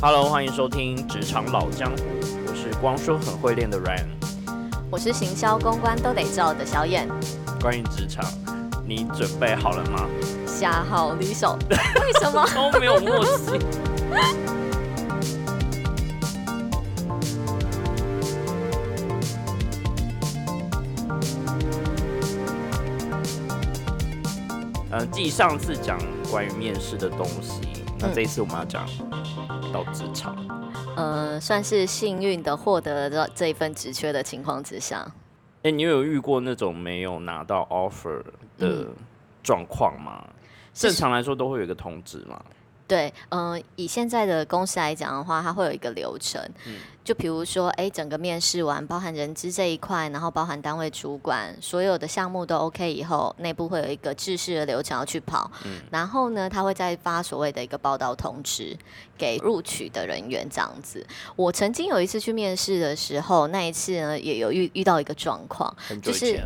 Hello， 欢迎收听《职场老江湖》，我是光说很会练的 Ryan， 我是行销公关都得照的小燕。 关于职场，你准备好了吗？ 下好离手，为什么都没有默契？继上次讲关于面试的东西，那这一次我们要讲到职场。 算是幸运的获得了这一份职缺的情况之下， 你有遇过那种没有拿到 offer 的状况吗？正常来说都会有一个通知嘛。 对，以现在的公司来讲的话，它会有一个流程，就比如说，整个面试完，包含人资这一块，然后包含单位主管，所有的项目都 OK 以后，内部会有一个制式的流程要去跑，然后呢，他会再发所谓的一个报到通知给录取的人员，这样子。我曾经有一次去面试的时候，那一次呢，也有遇到一个状况， 很久以前。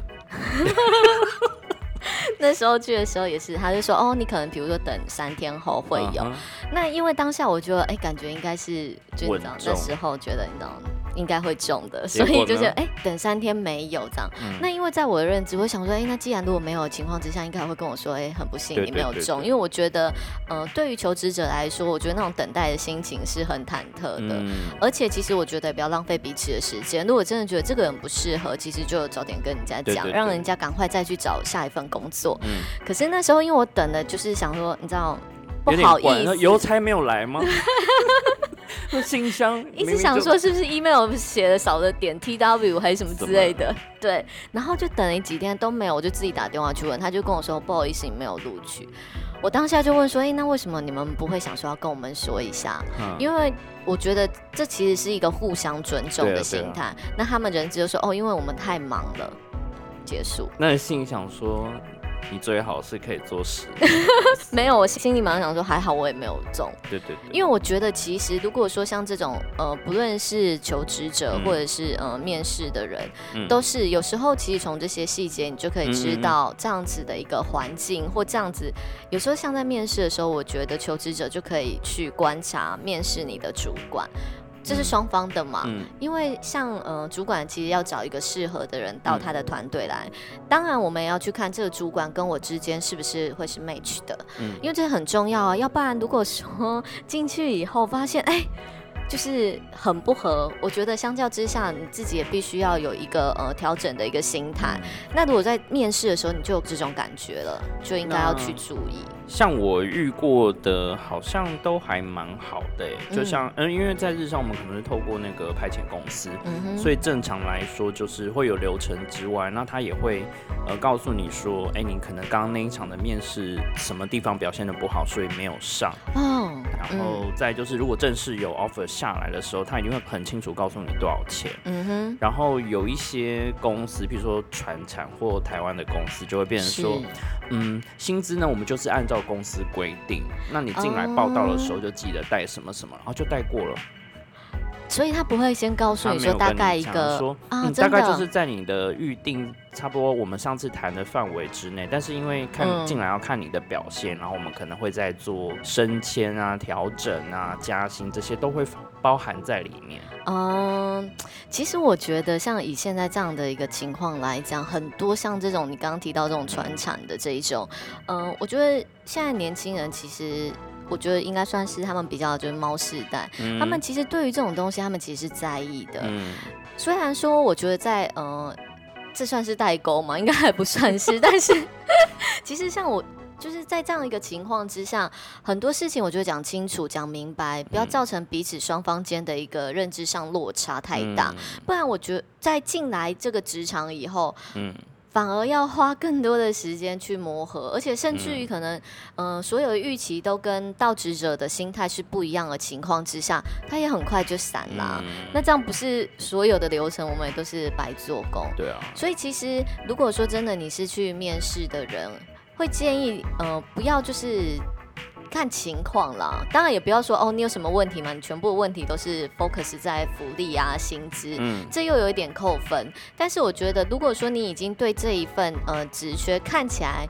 那时候去的时候也是，他就说你可能比如说等3天后会有。那因为当下我觉得，感觉应该是就你知道那时候觉得你知道应该会中的，所以就是等3天没有这样。那因为在我的认知，我想说，那既然如果没有的情况之下，应该会跟我说，很不幸你没有中，因为我觉得，对于求职者来说，我觉得那种等待的心情是很忐忑的，而且其实我觉得也不要浪费彼此的时间。如果真的觉得这个人不适合，其实就早点跟人家讲，让人家赶快再去找下一份工作。可是那时候因为我等的就是想说，你知道不好意思， 邮差没有来吗？信箱一直想说是不是 email 写的少了点 TW 还是什么之类的，对，然后就等了几天都没有，我就自己打电话去问，他就跟我说不好意思你没有录取。我当下就问说，那为什么你们不会想说要跟我们说一下？因为我觉得这其实是一个互相尊重的心态。那他们人资就说因为我们太忙了，结束。 那你心里想说你最好是可以做10 没有，我心里马上想说还好我也没有中。 对， 因为我觉得其实如果说像这种不论是求职者或者是面试的人，都是有时候其实从这些细节你就可以知道这样子的一个环境，或这样子有时候像在面试的时候，我觉得求职者就可以去观察面试你的主管。这是双方的嘛，因为像主管其实要找一个适合的人到他的团队来，当然我们也要去看这个主管跟我之间是不是会是 match 的，因为这很重要啊，要不然如果说进去以后发现就是很不合，我觉得相较之下你自己也必须要有一个调整的一个心态。那如果在面试的时候你就有这种感觉了，就应该要去注意。 像我遇过的好像都还蛮好的就像因为在日上我们可能是透过那个派遣公司，所以正常来说就是会有流程之外，那他也会告诉你说你可能刚刚那一场的面试什么地方表现得不好，所以没有上然后再就是如果正式有 offer 下来的时候，他一定会很清楚告诉你多少钱然后有一些公司比如说传产或台湾的公司就会变成说薪资呢我们就是按照公司规定，那你进来报到的时候就记得带什么什么，然后就带过了。 所以他不会先告诉你说大概一个说大概就是在你的预定差不多我们上次谈的范围之内，但是因为进来要看你的表现，然后我们可能会再做升迁啊、调整啊、加薪，这些都会包含在里面。 其实我觉得像以现在这样的一个情况来讲，很多像这种你刚刚提到这种传产的这一种，我觉得现在年轻人其实我觉得应该算是他们比较就是猫世代，他们其实对于这种东西他们其实是在意的。虽然说我觉得在这算是代沟吗？应该还不算是，但是其实像我就是在这样一个情况之下，很多事情我觉得讲清楚、讲明白，不要造成彼此双方间的一个认知上落差太大，不然我觉得在进来这个职场以后，反而要花更多的时间去磨合，而且甚至于可能，所有的预期都跟到职者的心态是不一样的情况之下，他也很快就散啦。那这样不是所有的流程我们也都是白做工？对啊。所以其实如果说真的你是去面试的人，会建议不要就是看情况啦，当然也不要说你有什么问题嘛，你全部的问题都是 focus 在福利啊、薪资，这又有一点扣分。但是我觉得，如果说你已经对这一份职缺看起来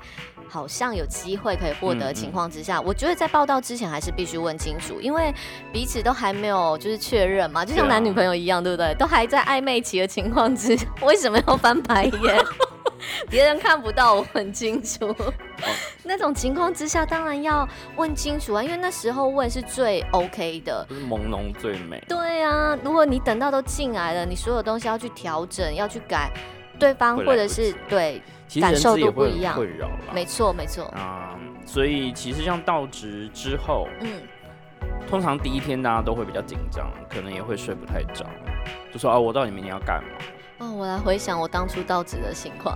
好像有机会可以获得的情况之下，我觉得在报道之前还是必须问清楚，因为彼此都还没有就是确认嘛，就像男女朋友一样，对不对？都还在暧昧期的情况之下，为什么要翻白眼？别人看不到，我很清楚。那种情况之下，当然要问清楚啊，因为那时候问是最 OK 的， 就是朦胧最美。 对啊，如果你等到都进来了，你所有东西要去调整，要去改，对方或者是对感受度不一样， 会扰啦。 没错没错。 所以其实像到职之后，通常第一天大家都会比较紧张，可能也会睡不太着，就说我到底明天要干嘛？ 我来回想我当初到职的情况，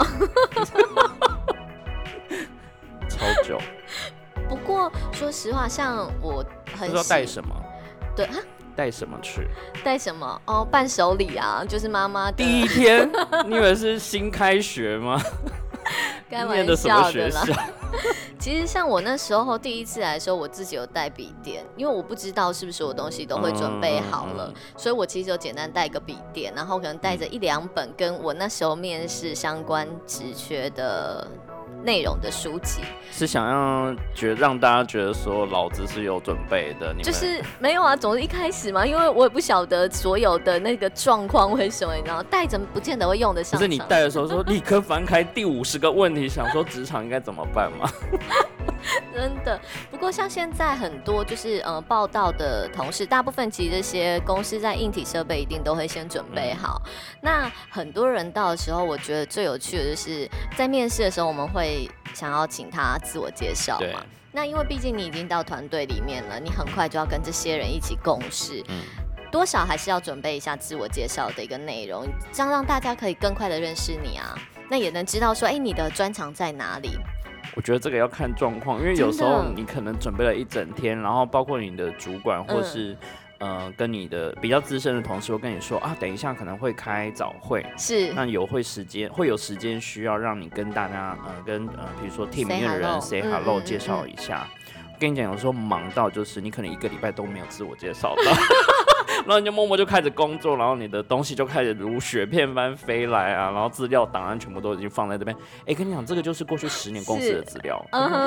超久。 不过说实话，像我很不知道带什么， 对啊， 带什么去？ 带什么？伴手礼啊，就是妈妈的。 第一天，你以为是新开学吗？ 开玩笑的啦。其实像我那时候第一次来的时候，我自己有带笔电，因为我不知道是不是我东西都会准备好了，所以我其实有简单带一个笔电，然后可能带着1-2本跟我那时候面试相关职缺的内容的书籍， 是想要让大家觉得说老子是有准备的， 就是没有啊，总是一开始嘛，因为我也不晓得所有的那个状况会什么，你知道，带着不见得会用得上。 可是你带的时候说立刻翻开第50个问题，想说职场应该怎么办吗？ 真的，不过像现在很多就是报道的同事，大部分其实这些公司在硬体设备一定都会先准备好。那很多人到的时候，我觉得最有趣的就是在面试的时候，我们会想要请他自我介绍嘛。那因为毕竟你已经到团队里面了，你很快就要跟这些人一起共事。多少还是要准备一下自我介绍的一个内容，这样让大家可以更快的认识你啊。那也能知道说，你的专长在哪里。 我觉得这个要看状况，因为有时候你可能准备了一整天，然后包括你的主管或是跟你的比较资深的同事会跟你说等一下可能会开早会， 是那会有时间需要让你跟大家比如说 team 里面的人 say hello 介绍一下。我跟你讲，有时候忙到就是你可能1个礼拜都没有自我介绍到。然后你就默默就开始工作，然后你的东西就开始如雪片般飞来啊，然后资料档案全部都已经放在这边。跟你讲，这个就是过去10年公司的资料。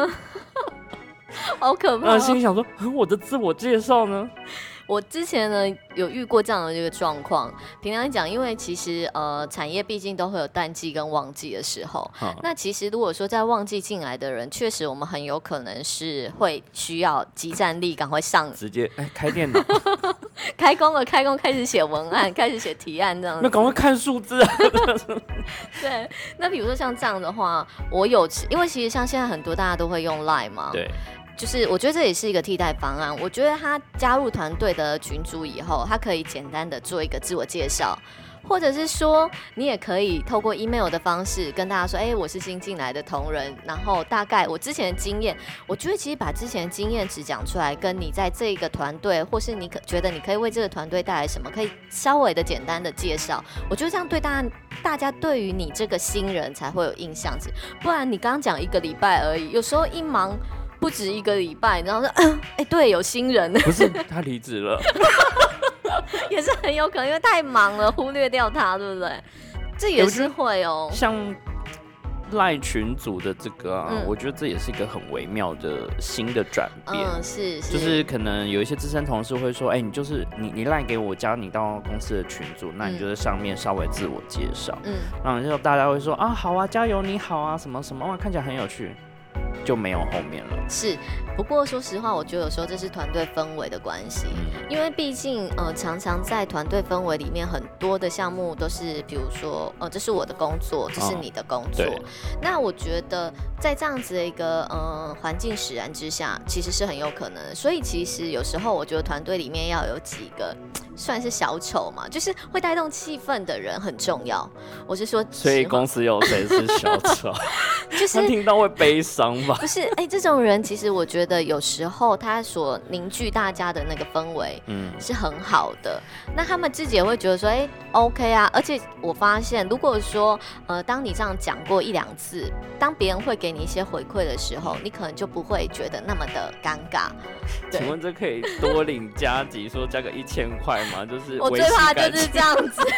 好可怕。 然后心里想说，我的自我介绍呢？ 我之前呢有遇过这样的一个状况。平常讲，因为其实产业毕竟都会有淡季跟旺季的时候。那其实如果说在旺季进来的人，确实我们很有可能是会需要即战力，赶快上， 直接开电脑， 开工开始写文案，开始写提案这样子。 那赶快看数字啊！ 对，那比如说像这样的话，因为其实像现在很多大家都会用 LINE 嘛。 对。 就是我觉得这也是一个替代方案。我觉得他加入团队的群组以后，他可以简单的做一个自我介绍，或者是说你也可以透过 email 的方式跟大家说，我是新进来的同仁，然后大概我之前的经验，我觉得其实把之前的经验值讲出来，跟你在这个团队，或是你觉得你可以为这个团队带来什么，可以稍微的简单的介绍，我觉得这样对大家对于你这个新人才会有印象值。不然你刚刚讲1个礼拜而已，有时候一忙不止1个礼拜，然后说对，有新人， 不是他离职了， 也是很有可能，因为太忙了，忽略掉他，对不对？这也是会哦。 像赖群组的这个我觉得这也是一个很微妙的新的转变。 是， 就是可能有一些资深同事会说，你赖给我，加你到公司的群组，那你就在上面稍微自我介绍，然后就大家会说好啊，加油，你好啊，什么什么，哇，看起来很有趣。就没有后面了。 是，不过说实话，我觉得有时候这是团队氛围的关系，因为毕竟常常在团队氛围里面，很多的项目都是，比如说这是我的工作，这是你的工作。那我觉得在这样子的一个环境使然之下，其实是很有可能的。所以其实有时候我觉得团队里面要有几个算是小丑嘛，就是会带动气氛的人很重要。我是说， 所以公司有谁是小丑？ 就是他听到会悲伤吧？ 不是，这种人其实我觉得有时候他所凝聚大家的那个氛围，是很好的。那他们自己也会觉得说，OK 啊。而且我发现，如果说当你这样讲过1-2次，当别人会给你一些回馈的时候，你可能就不会觉得那么的尴尬。 请问这可以多领加急，说加个1000块吗？就是我最怕就是这样子。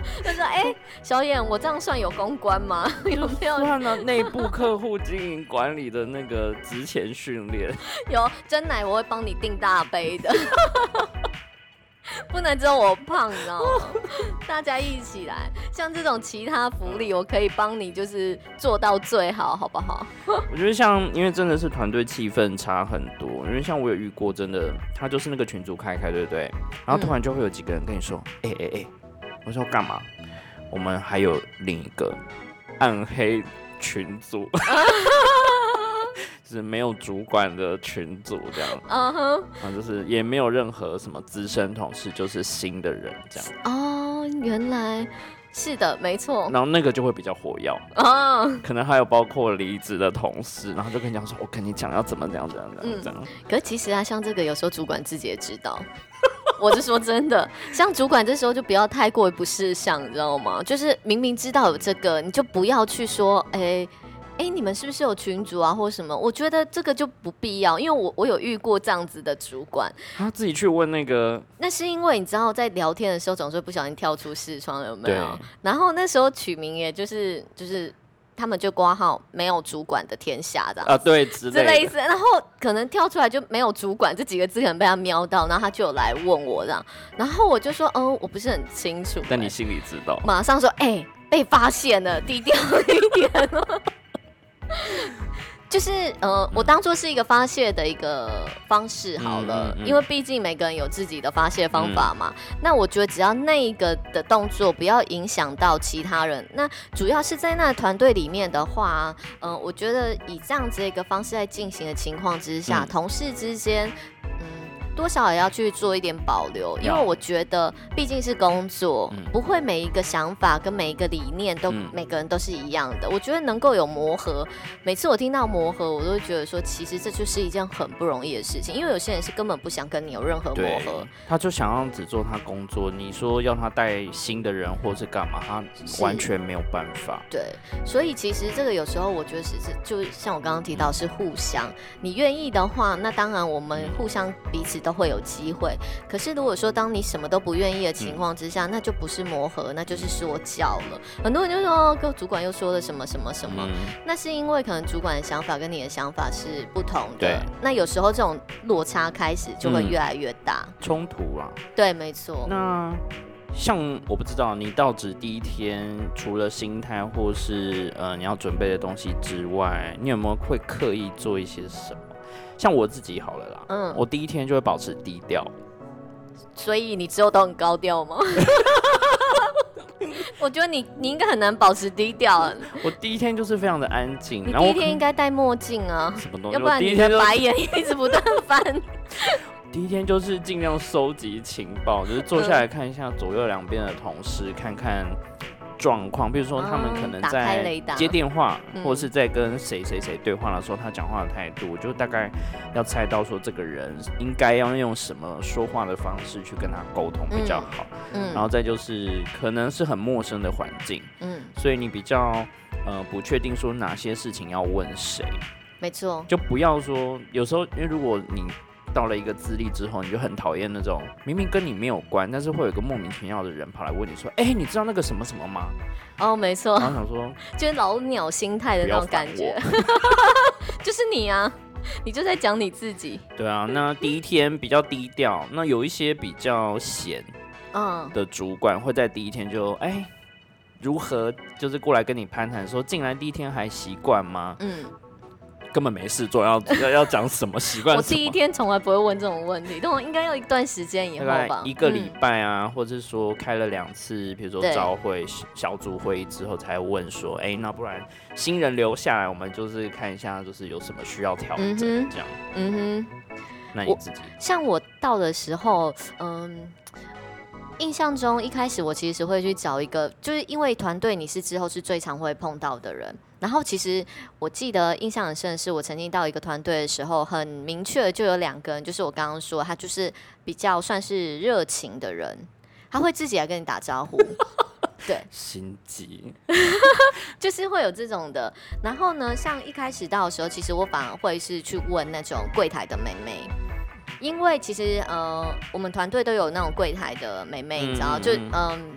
就说小眼，我这样算有公关吗？有没有？ 算了，内部客户经营管理的那个职前训练。 有真奶，我会帮你订大杯的。不能只有我胖，你知道吗？大家一起来，像这种其他福利，我可以帮你，就是做到最好，好不好？ 我觉得因为真的是团队气氛差很多，因为像我有遇过，真的他就是那个群组开，对不对？然后突然就会有几个人跟你说，我说干嘛？我们还有另一个暗黑群组。就是没有主管的群组这样，就是也没有任何什么资深同事，就是新的人这样。 哦，原来是的，没错。 然后那个就会比较火药，可能还有包括离职的同事，然后就跟你讲说，我跟你讲要怎么这样。 可是其实像这个有时候主管自己也知道。我是说真的，像主管这时候就不要太过于不识相，你知道吗？就是明明知道有这个，你就不要去说，你们是不是有群组啊，或什么？我觉得这个就不必要，因为我有遇过这样子的主管， 他自己去问那个。 那是因为你知道，在聊天的时候总是不小心跳出视窗，有没有？然后那时候取名也就是他们就挂号没有主管的天下这样对之类的， 然后可能跳出来就没有主管这几个字可能被他瞄到，然后他就有来问我这样，然后我就说我不是很清楚， 但你心里知道， 马上说被发现了，低调一点。就是我当作是一个发泄的一个方式好了，因为毕竟每个人有自己的发泄方法嘛。那我觉得只要那一个的动作不要影响到其他人，那主要是在那个团队里面的话，我觉得以这样子的一个方式在进行的情况之下，同事之间。多少也要去做一点保留，因为我觉得毕竟是工作，不会每一个想法跟每一个理念都每个人都是一样的。我觉得能够有磨合，每次我听到磨合，我都会觉得说，其实这就是一件很不容易的事情，因为有些人是根本不想跟你有任何磨合， 他就想要只做他工作。你说要他带新的人或是干嘛，他完全没有办法。 对，所以其实这个有时候我觉得是就像我刚刚提到是互相，你愿意的话，那当然我们互相彼此都会有机会。可是如果说当你什么都不愿意的情况之下，那就不是磨合，那就是说教了。很多人就说跟主管又说了什么什么什么，那是因为可能主管的想法跟你的想法是不同的。那有时候这种落差开始就会越来越大， 冲突啊。 对，没错。 那像我不知道你到职第一天，除了心态或是你要准备的东西之外，你有没有会刻意做一些什么？像我自己好了啦，我第一天就会保持低调。 所以你之后都很高调吗？我觉得你应该很难保持低调。 我第一天就是非常的安静。 你第一天应该戴墨镜啊， 什么东西？ 要不然你的白眼一直不断翻。 第一天就是尽量收集情报，就是坐下来看一下左右两边的同事，看看状况，比如说他们可能在接电话，或者是在跟谁对话的时候，他讲话的态度，我就大概要猜到说这个人应该要用什么说话的方式去跟他沟通比较好。然后再就是可能是很陌生的环境，所以你比较不确定说哪些事情要问谁。 没错， 就不要说有时候，因为如果你到了一个资历之后，你就很讨厌那种明明跟你没有关，但是会有一个莫名其妙的人跑来问你说：“你知道那个什么什么吗？” 哦，没错。 然后想说， 就是老鸟心态的那种感觉，就是你啊，你就在讲你自己。 对啊，那第一天比较低调，那有一些比较闲的主管会在第一天就如何就是过来跟你攀谈说，进来第一天还习惯吗？根本没事做，要讲什么习惯？ 我第一天从来不会问这种问题，应该要一段时间以后吧， 一个礼拜啊，或者说开了2次，比如说朝会、小组会议之后才问说，那不然新人留下来，我们就是看一下，就是有什么需要调整这样。那你自己像我到的时候，印象中一开始我其实会去找一个，就是因为团队你是之后是最常会碰到的人。然后其实我记得印象很深的是，我曾经到一个团队的时候，很明确的就有2个人，就是我刚刚说他就是比较算是热情的人，他会自己来跟你打招呼。对， 心机就是会有这种的。然后呢，像一开始到的时候，其实我反而会是去问那种柜台的妹妹。因为其实我们团队都有那种柜台的妹妹，你知道，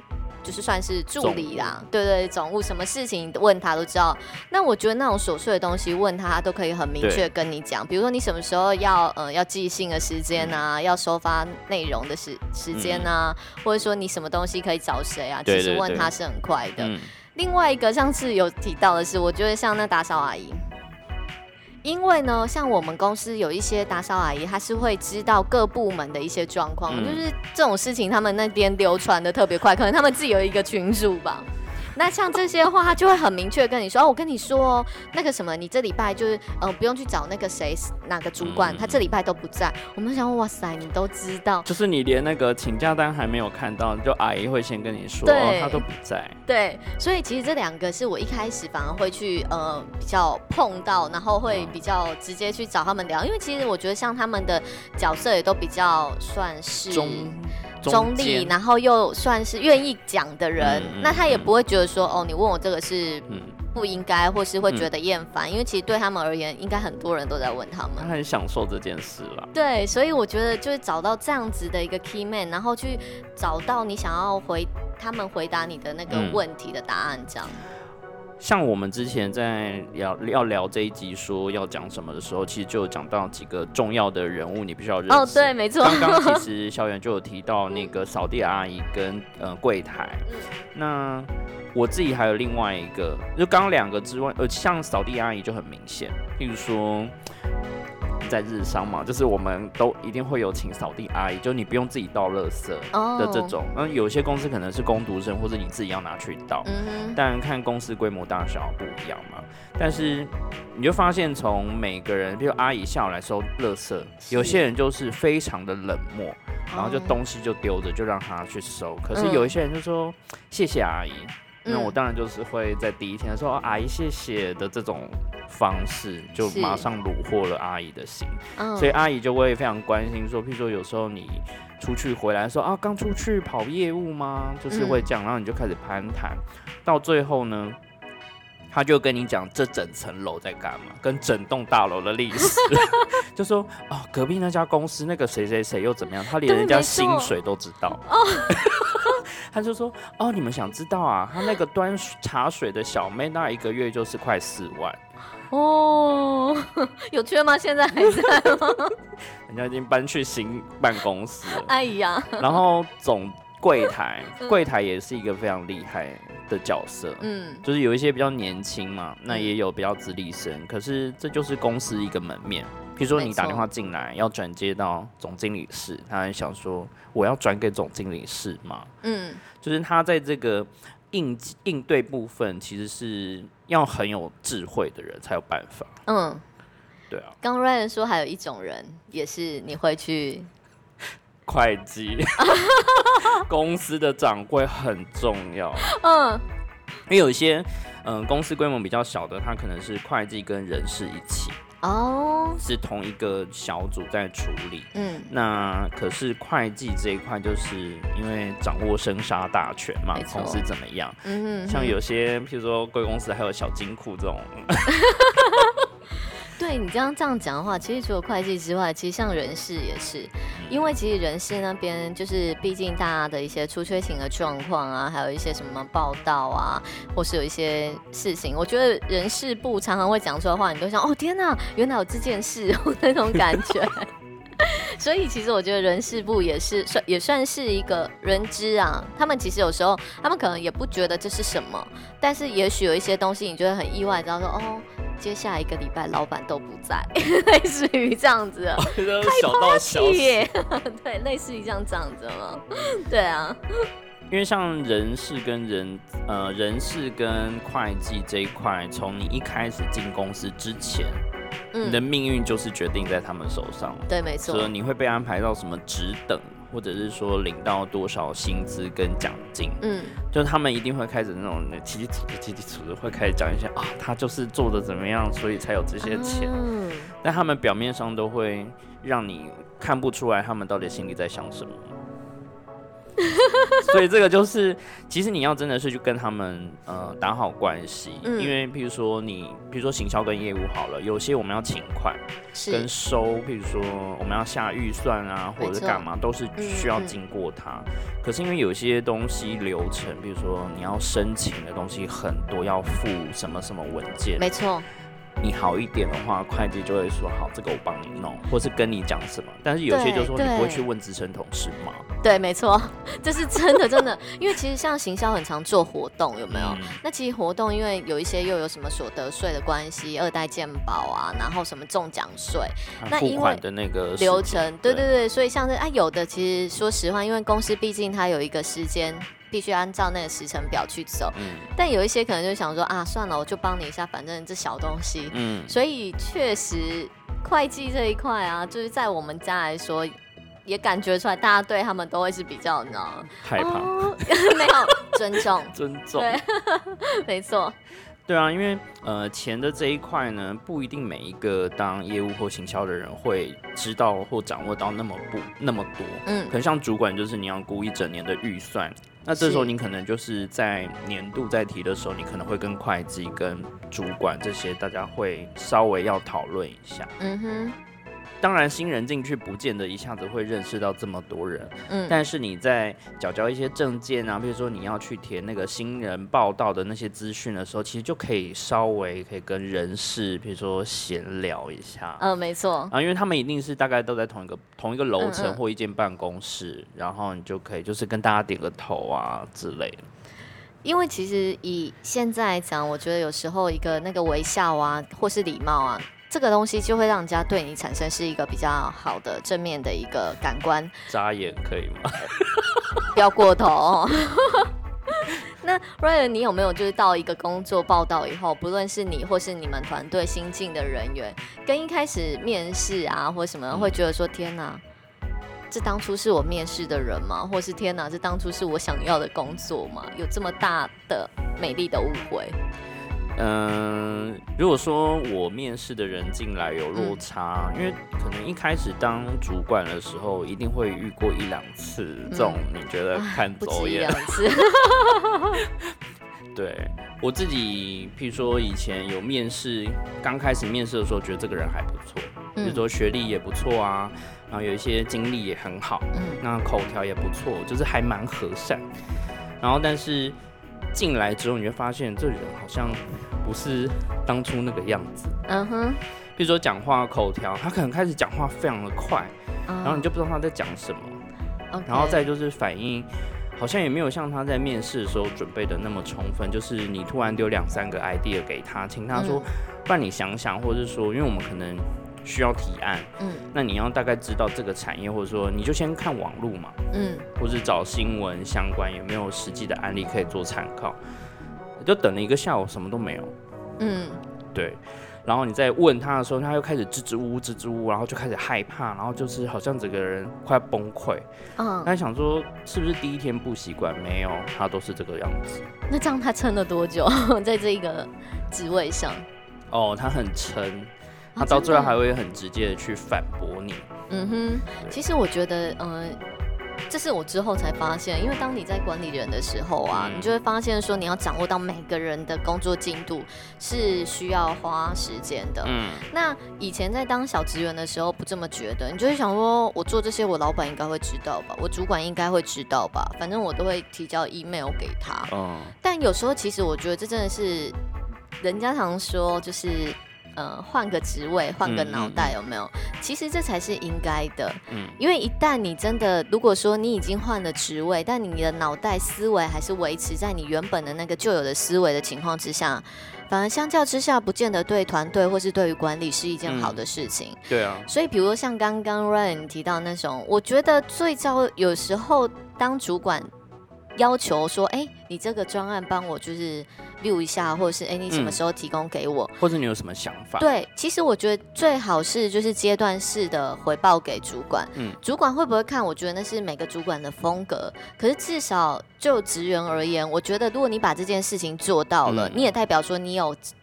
就是算是助理啦，对对，总务什么事情问他都知道。那我觉得那种琐碎的东西问他都可以很明确跟你讲，比如说你什么时候要寄信的时间啊，要收发内容的时间啊，或者说你什么东西可以找谁啊，其实问他是很快的。另外一个上次有提到的是，我觉得像那打扫阿姨。因为呢，像我们公司有一些打扫阿姨，她是会知道各部门的一些状况，就是这种事情他们那边流传的特别快，可能他们自己有一个群组吧。那像这些话，他就会很明确跟你说，我跟你说哦，那个什么，你这礼拜就是不用去找那个谁哪个主管，他这礼拜都不在。我们想，哇塞，你都知道， 就是你连那个请假单还没有看到，就阿姨会先跟你说，他都不在。 对，所以其实这两个是我一开始反而会去比较碰到，然后会比较直接去找他们聊，因为其实我觉得像他们的角色也都比较算是中立，然后又算是愿意讲的人，那他也不会觉得说你问我这个是不应该，或是会觉得厌烦，因为其实对他们而言，应该很多人都在问他们， 他很享受这件事啦。 对，所以我觉得就是找到这样子的一个 key man， 然后去找到你想要他们回答你的那个问题的答案，这样。 像我们之前在要聊这一集说要讲什么的时候，其实就有讲到几个重要的人物，你必须要认识。 对，没错。 刚刚其实小远就有提到那个扫地阿姨跟柜台。那我自己还有另外一个，就刚刚两个之外，像扫地阿姨就很明显，譬如说。在日商嘛，就是我们都一定会有请扫地阿姨，就你不用自己倒垃圾的这种。那有些公司可能是工读生，或者你自己要拿去倒。当然看公司规模大小不一样嘛。但是你就发现，从每个人，比如阿姨下来收垃圾，有些人就是非常的冷漠，然后就东西就丢着，就让他去收。可是有一些人就说谢谢阿姨。那我当然就是会在第一天说阿姨谢谢的这种方式，就马上虏获了阿姨的心，所以阿姨就会非常关心说，譬如说有时候你出去回来说刚出去跑业务吗？就是会这样，然后你就开始攀谈，到最后呢，他就跟你讲这整层楼在干嘛，跟整栋大楼的历史，就说隔壁那家公司那个谁谁谁又怎么样，他连人家薪水都知道。他就说你们想知道啊？他那个端茶水的小妹，那一个月就是快4万。 有缺吗？现在还在吗？ 人家已经搬去新办公室了。 哎呀， 然后总柜台也是一个非常厉害的角色。就是有一些比较年轻嘛，那也有比较资历深，可是这就是公司一个门面。譬如说你打电话进来要转接到总经理室，他还想说我要转给总经理室吗？就是他在这个应对部分，其实是要很有智慧的人才有办法。对啊。 刚 Ryan 说还有一种人也是你会去会计，公司的掌柜很重要。因为有一些公司规模比较小的，他可能是会计跟人事一起。是同一个小组在处理。那可是会计这一块，就是因为掌握生杀大权嘛，公司怎么样？像有些，譬如说贵公司还有小金库这种。 对，你这样讲的话，其实除了会计之外，其实像人事也是，因为其实人事那边就是毕竟大家的一些出缺勤的状况啊，还有一些什么报道啊，或是有一些事情，我觉得人事部常常会讲出来的话，你都想天哪，原来有这件事那种感觉。所以其实我觉得人事部也算是一个人资啊，他们其实有时候他们可能也不觉得这是什么，但是也许有一些东西你就会很意外，知道说接下来1个礼拜老板都不在，类似于这样子的， 小道消息， 对，类似于这样子吗？对啊。 因为像人事跟会计这一块，从你一开始进公司之前，你的命运就是决定在他们手上。 对，没错。 所以你会被安排到什么职等，或者是说领到多少薪资跟奖金。就是他们一定会开始那种叽叽会开始讲一些他就是做的怎么样，所以才有这些钱。但他们表面上都会让你看不出来他们到底心里在想什么。 所以这个就是，其实你要真的是去跟他们打好关系，因为譬如说行销跟业务好了，有些我们要请款跟收，譬如说我们要下预算啊，或者是干嘛，都是需要经过他。可是因为有些东西流程，比如说你要申请的东西很多，要附什么什么文件， 没错。 你好一点的话，会计就会说好，这个我帮你弄，或是跟你讲什么。但是有些就说你不会去问资深同事吗？ 对，没错，这是真的，真的。因为其实像行销很常做活动，有没有？那其实活动因为有一些又有什么所得税的关系，二代健保啊，然后什么中奖税， 那付款的那个流程，对，所以像是有的其实说实话，因为公司毕竟它有一个时间。必须按照那个时程表去走，但有一些可能就想说啊，算了，我就帮你一下，反正这小东西，所以确实会计这一块啊，就是在我们家来说，也感觉出来，大家对他们都会是比较害怕， 没有尊重，对，没错。 对啊，因为钱的这一块呢，不一定每一个当业务或行销的人会知道或掌握到那么多。可能像主管就是你要估一整年的预算，那这时候你可能就是在年度在提的时候，你可能会跟会计、跟主管这些大家会稍微要讨论一下。当然，新人进去不见得一下子会认识到这么多人，但是你在缴交一些证件啊，比如说你要去填那个新人报道的那些资讯的时候，其实就可以稍微可以跟人事，比如说闲聊一下。 没错。 因为他们一定是大概都在同一个楼层或一间办公室，然后你就可以就是跟大家点个头啊之类的。 因为其实以现在来讲，我觉得有时候一个那个微笑啊，或是礼貌啊。这个东西就会让人家对你产生是一个比较好的正面的一个感官。 眨眼可以吗？ 不要过头。那 Ryan， 你有没有就是到一个工作报道以后，不论是你或是你们团队新进的人员，跟一开始面试啊或什么，会觉得说天哪，这当初是我面试的人吗？或是天哪，这当初是我想要的工作吗？有这么大的美丽的误会？ 如果说我面试的人进来有落差，因为可能一开始当主管的时候，一定会遇过1-2次这种你觉得看走眼， 不止1-2次。 对我自己，譬如说以前有面试，刚开始面试的时候，觉得这个人还不错，比如说学历也不错啊，然后有一些经历也很好，那口条也不错，就是还蛮和善，然后但是。进来之后，你会发现这人好像不是当初那个样子。比如说讲话口条，他可能开始讲话非常的快，然后你就不知道他在讲什么。然后再就是反应，好像也没有像他在面试的时候准备的那么充分。就是你突然丢2-3个 idea 给他，请他说，不然你想想，或者是说，因为我们可能。需要提案，那你要大概知道这个产业，或者说你就先看网路嘛，或者找新闻相关有没有实际的案例可以做参考。就等了1个下午，什么都没有，对。然后你在问他的时候，他又开始支支吾吾，然后就开始害怕，然后就是好像整个人快崩溃。他想说是不是第一天不习惯？没有，他都是这个样子。 那这样他撑了多久在这一个职位上？ 他很撑。他到最后还会很直接的去反驳你。 其实我觉得，这是我之后才发现，因为当你在管理人的时候啊，你就会发现说，你要掌握到每个人的工作进度是需要花时间的。那以前在当小职员的时候不这么觉得，你就会想说，我做这些，我老板应该会知道吧，我主管应该会知道吧，反正我都会提交 email 给他。但有时候其实我觉得这真的是，人家常说就是。换个职位，换个脑袋，有没有？其实这才是应该的。因为一旦你真的，如果说你已经换了职位，但你的脑袋思维还是维持在你原本的那个旧有的思维的情况之下，反而相较之下，不见得对团队或是对于管理是一件好的事情。 对啊。 所以，比如像刚刚 Ryan 提到那种，我觉得最糟，有时候当主管要求说，你这个专案帮我就是溜一下，或者是你什么时候提供给我， 或者你有什么想法？ 对，其实我觉得最好是就是阶段式的回报给主管。主管会不会看？我觉得那是每个主管的风格。可是至少就职员而言，我觉得如果你把这件事情做到了，你也代表说你有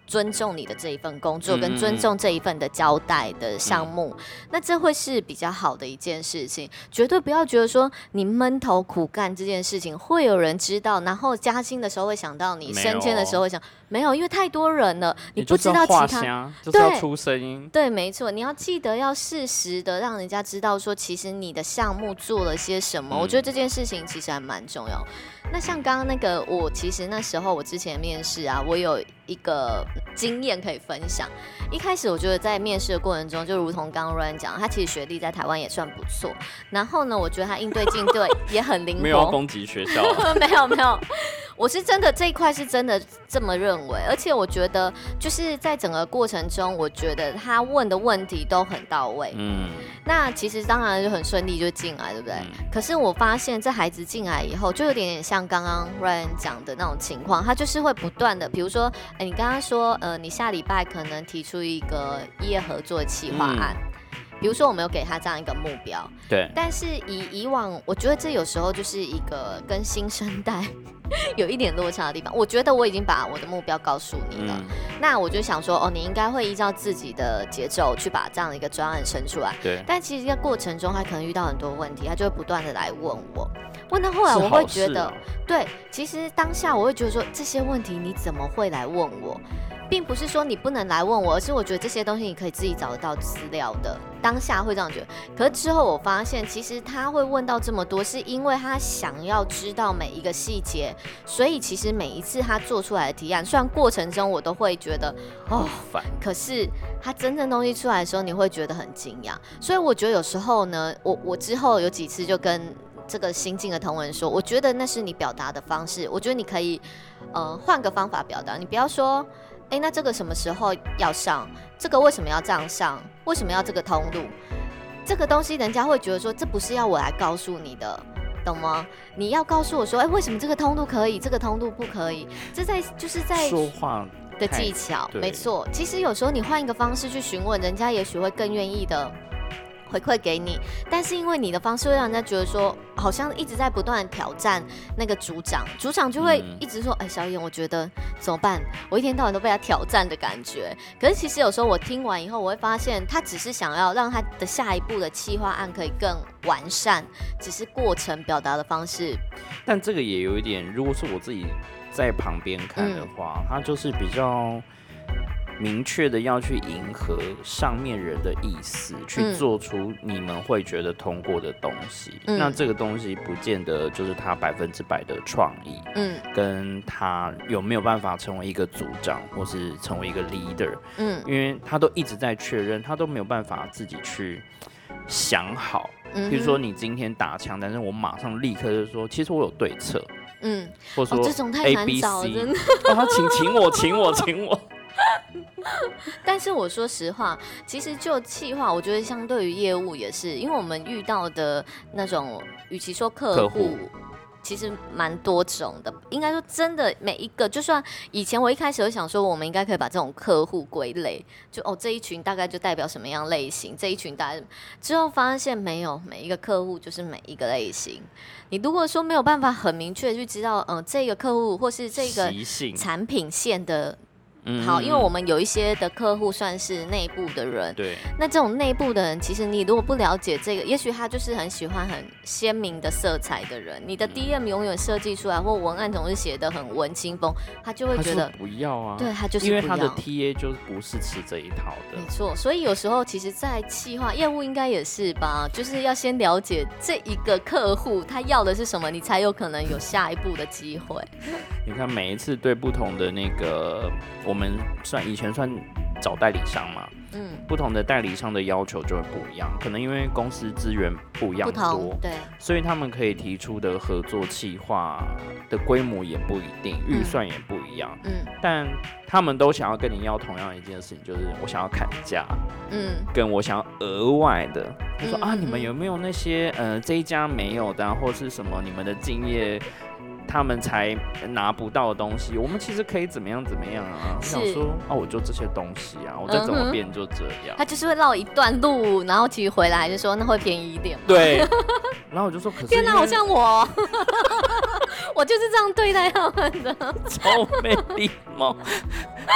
尊重你的这一份工作，跟尊重这一份的交代的项目，那这会是比较好的一件事情。绝对不要觉得说你闷头苦干这件事情会有人知道，然后加薪的时候会想到你，升迁的时候会想没有，因为太多人了，你不知道其他， 就是要出声音。 对，没错，你要记得要适时的让人家知道说，其实你的项目做了些什么。我觉得这件事情其实还蛮重要。那像刚刚那个，我其实那时候我之前面试啊，我有一个经验可以分享。一开始我觉得在面试的过程中，就如同刚刚 Ryan 讲，他其实学历在台湾也算不错。然后呢，我觉得他应对进对也很灵活。 没有要攻击学校。 没有，我是真的这一块是真的这么认为，而且我觉得就是在整个过程中，我觉得他问的问题都很到位。那其实当然就很顺利就进来，对不对？可是我发现这孩子进来以后，就有点像刚刚 Ryan 讲的那种情况，他就是会不断的，比如说，你刚刚说，你下礼拜可能提出一个业合作企划案。比如说，我们有给他这样一个目标， 对。 但是以往，我觉得这有时候就是一个跟新生代有一点落差的地方。我觉得我已经把我的目标告诉你了，那我就想说，你应该会依照自己的节奏去把这样的一个专案生出来。 对。 但其实在过程中，他可能遇到很多问题，他就会不断的来问我。问到后来，我会觉得，对，其实当下我会觉得说，这些问题你怎么会来问我？并不是说你不能来问我，而是我觉得这些东西你可以自己找得到资料的。当下会这样觉得，可是之后我发现，其实他会问到这么多，是因为他想要知道每一个细节，所以其实每一次他做出来的提案，虽然过程中我都会觉得烦，可是他真正东西出来的时候，你会觉得很惊讶。所以我觉得有时候呢，我之后有几次就跟这个新进的同仁说，我觉得那是你表达的方式，我觉得你可以换个方法表达，你不要说。那这个什么时候要上？这个为什么要这样上？为什么要这个通路？这个东西人家会觉得说，这不是要我来告诉你的，懂吗？你要告诉我说，为什么这个通路可以，这个通路不可以？这就是在说话的技巧，没错。其实有时候你换一个方式去询问，人家也许会更愿意的回馈给你，但是因为你的方式会让人家觉得说，好像一直在不断的挑战那个组长就会一直说，小妍，我觉得怎么办？我一天到晚都被他挑战的感觉。可是其实有时候我听完以后，我会发现他只是想要让他的下一步的企划案可以更完善，只是过程表达的方式。 但这个也有一点，如果是我自己在旁边看的话，他就是比较明确的要去迎合上面人的意思，去做出你们会觉得通过的东西。那这个东西不见得就是他100%的创意，跟他有没有办法成为一个组长或是成为一个 leader，因为他都一直在确认，他都没有办法自己去想好。比如说你今天打枪，但是我马上立刻就说，其实我有对策，或者说这种太难找了，真的。 他请我。 但是我说实话，其实就企划，我觉得相对于业务也是，因为我们遇到的那种，与其说客户，其实蛮多种的。应该说真的，每一个，就算以前我一开始有想说，我们应该可以把这种客户归类，就这一群大概就代表什么样类型，这一群大概之后发现没有，每一个客户就是每一个类型。你如果说没有办法很明确的去知道，这个客户或是这个产品线的。好，因为我们有一些的客户算是内部的人， 对， 那这种内部的人，其实你如果不了解这个，也许他就是很喜欢很鲜明的色彩的人，你的 DM 永远设计出来或文案总是写得很文青风，他就会觉得不要啊， 对，他就是因为他的 TA 就不是吃这一套的， 没错。所以有时候其实，在企划业务应该也是吧，就是要先了解这一个客户他要的是什么，你才有可能有下一步的机会。 你看每一次对不同的那个，我们以前算找代理商嘛，不同的代理商的要求就会不一样，可能因为公司资源不一样多， 对， 所以他们可以提出的合作企划的规模也不一定，预算也不一样，但他们都想要跟你要同样一件事情，就是我想要砍价，跟我想要额外的，他说你们有没有那些这一家没有的，或是什么你们的敬业他们才拿不到的东西，我们其实可以怎么样啊？我想说我就这些东西啊，我再怎么变就这样。 他就是会绕一段路，然后其实回来就说那会便宜一点吗？ 对，然后我就说可是天哪， 好像我，我就是这样对待他们的， 超没礼貌。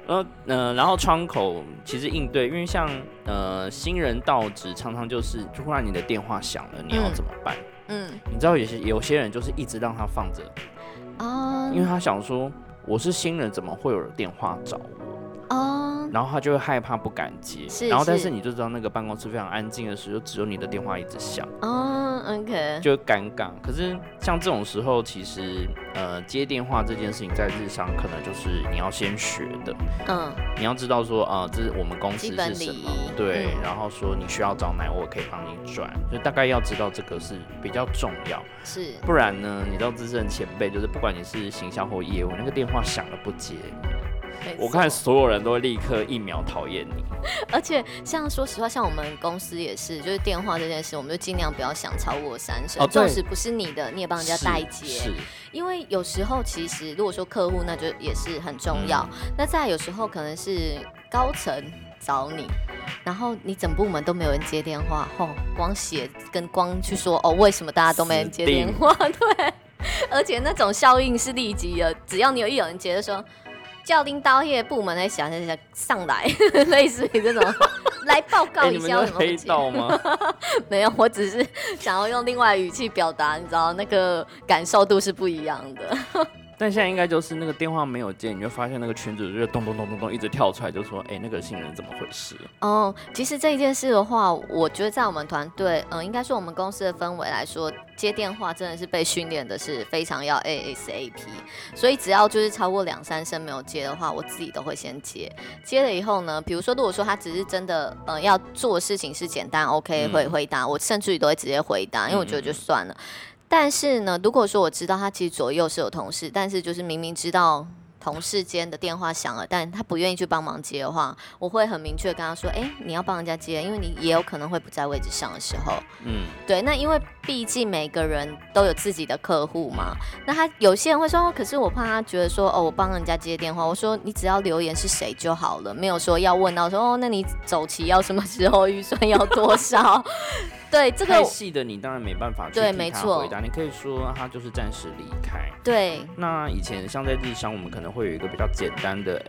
然后窗口其实应对，因为像新人到职，常常就是突然你的电话响了，你要怎么办？你知道有些人就是一直让他放着，因为他想说我是新人，怎么会有电话找我？然后他就会害怕不敢接，然后但是你就知道那个办公室非常安静的时候，只有你的电话一直响，OK， 就尴尬。可是像这种时候，其实接电话这件事情在日常可能就是你要先学的，你要知道说这是我们公司是什么，对，然后说你需要找哪，我可以帮你转，就大概要知道这个是比较重要， 是， 不然呢，你知道资深前辈就是不管你是行销或业务，那个电话响了不接。我看所有人都会立刻一秒讨厌你， 而且像说实话，像我们公司也是，就是电话这件事，我们就尽量不要响超过3声，纵使不是你的，你也帮人家代接，因为有时候其实如果说客户，那就也是很重要。那再来有时候可能是高层找你，然后你整部门都没有人接电话，光写跟光去说为什么大家都没人接电话，对，而且那种效应是立即的，只要你有人接的时候。叫领导业部门来想上来，类似于这种来报告一下。 你们有黑道吗？ 没有，我只是想要用另外的语气表达，你知道那个感受度是不一样的。 但现在应该就是那个电话没有接，你就发现那个群主就咚咚咚咚咚一直跳出来，就说：“那个新人怎么回事？” 其实这一件事的话，我觉得在我们团队，应该说我们公司的氛围来说，接电话真的是被训练的是非常要 ASAP， 所以只要就是超过2-3声没有接的话，我自己都会先接。接了以后呢，比如说如果说他只是真的要做的事情是简单 OK 会回答，我甚至于都会直接回答，因为我觉得就算了。但是呢，如果说我知道他其实左右是有同事，但是就是明明知道同事间的电话响了，但他不愿意去帮忙接的话，我会很明确跟他说，你要帮人家接，因为你也有可能会不在位置上的时候。对，那因为毕竟每个人都有自己的客户嘛，那他有些人会说，可是我怕他觉得说，我帮人家接电话，我说你只要留言是谁就好了，没有说要问到说，那你走期要什么时候，预算要多少。对，这个太细的你当然没办法去替他回答，你可以说他就是暂时离开。 对， 那以前像在日商，我们可能会有一个比较简单的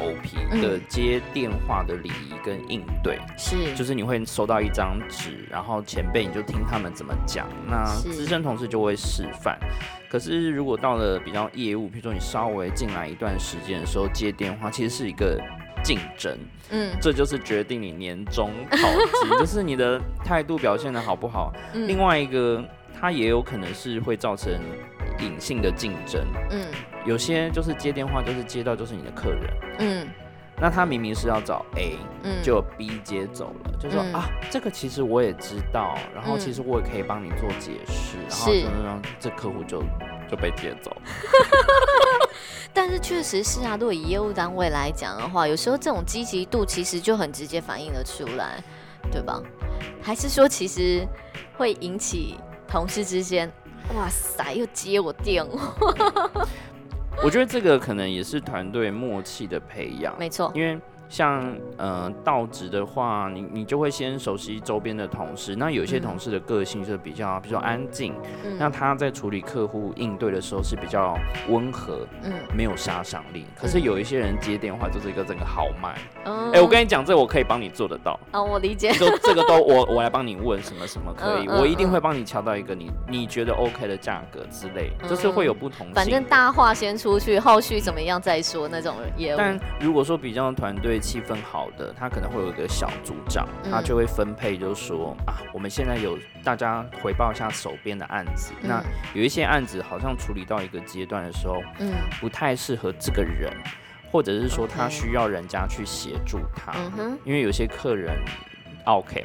SOP 的接电话的礼仪跟应对，就是你会收到一张纸，然后前辈你就听他们怎么讲，那资深同事就会示范。可是如果到了比较业务，比如说你稍微进来一段时间的时候接电话，其实是一个竞争，这就是决定你年终考绩，就是你的态度表现的好不好。另外一个，它也有可能是会造成隐性的竞争。有些就是接电话，就是接到就是你的客人，那他明明是要找 A，就有 B 接走了，就说这个其实我也知道，然后其实我也可以帮你做解释，然后就让这客户就被接走。 但是确实是啊，如果以业务单位来讲的话，有时候这种积极度其实就很直接反映得出来，对吧？还是说其实会引起同事之间，哇塞，又接我电话。 我觉得这个可能也是团队默契的培养， 没错， 因为像到职的话，你就会先熟悉周边的同事。那有些同事的个性是比较安静，那他在处理客户应对的时候是比较温和，没有杀伤力。可是有一些人接电话就是一个整个豪迈，我跟你讲，这个我可以帮你做得到。 我理解。 就这个都我来帮你问什么什么可以，我一定会帮你敲到一个你觉得 OK 的价格之类，就是会有不同性。 反正大话先出去，后续怎么样再说那种业务。 但如果说比较团队气氛好的，他可能会有一个小组长，他就会分配，就是说我们现在有大家回报一下手边的案子，那有一些案子好像处理到一个阶段的时候，不太适合这个人，或者是说他需要人家去协助他，因为有些客人 OK，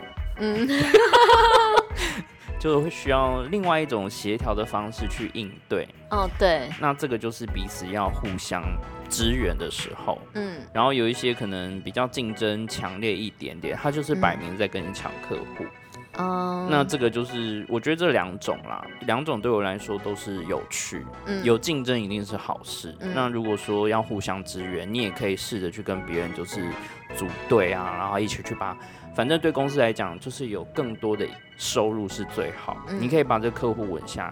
就会需要另外一种协调的方式去应对。 对， 那这个就是彼此要互相支援的时候，然后有一些可能比较竞争强烈一点点，他就是摆明在跟你抢客户。那这个就是我觉得这两种啦，两种对我来说都是有趣，有竞争一定是好事。那如果说要互相支援，你也可以试着去跟别人就是组队啊，然后一起去反正对公司来讲，就是有更多的收入是最好。你可以把这个客户稳下来，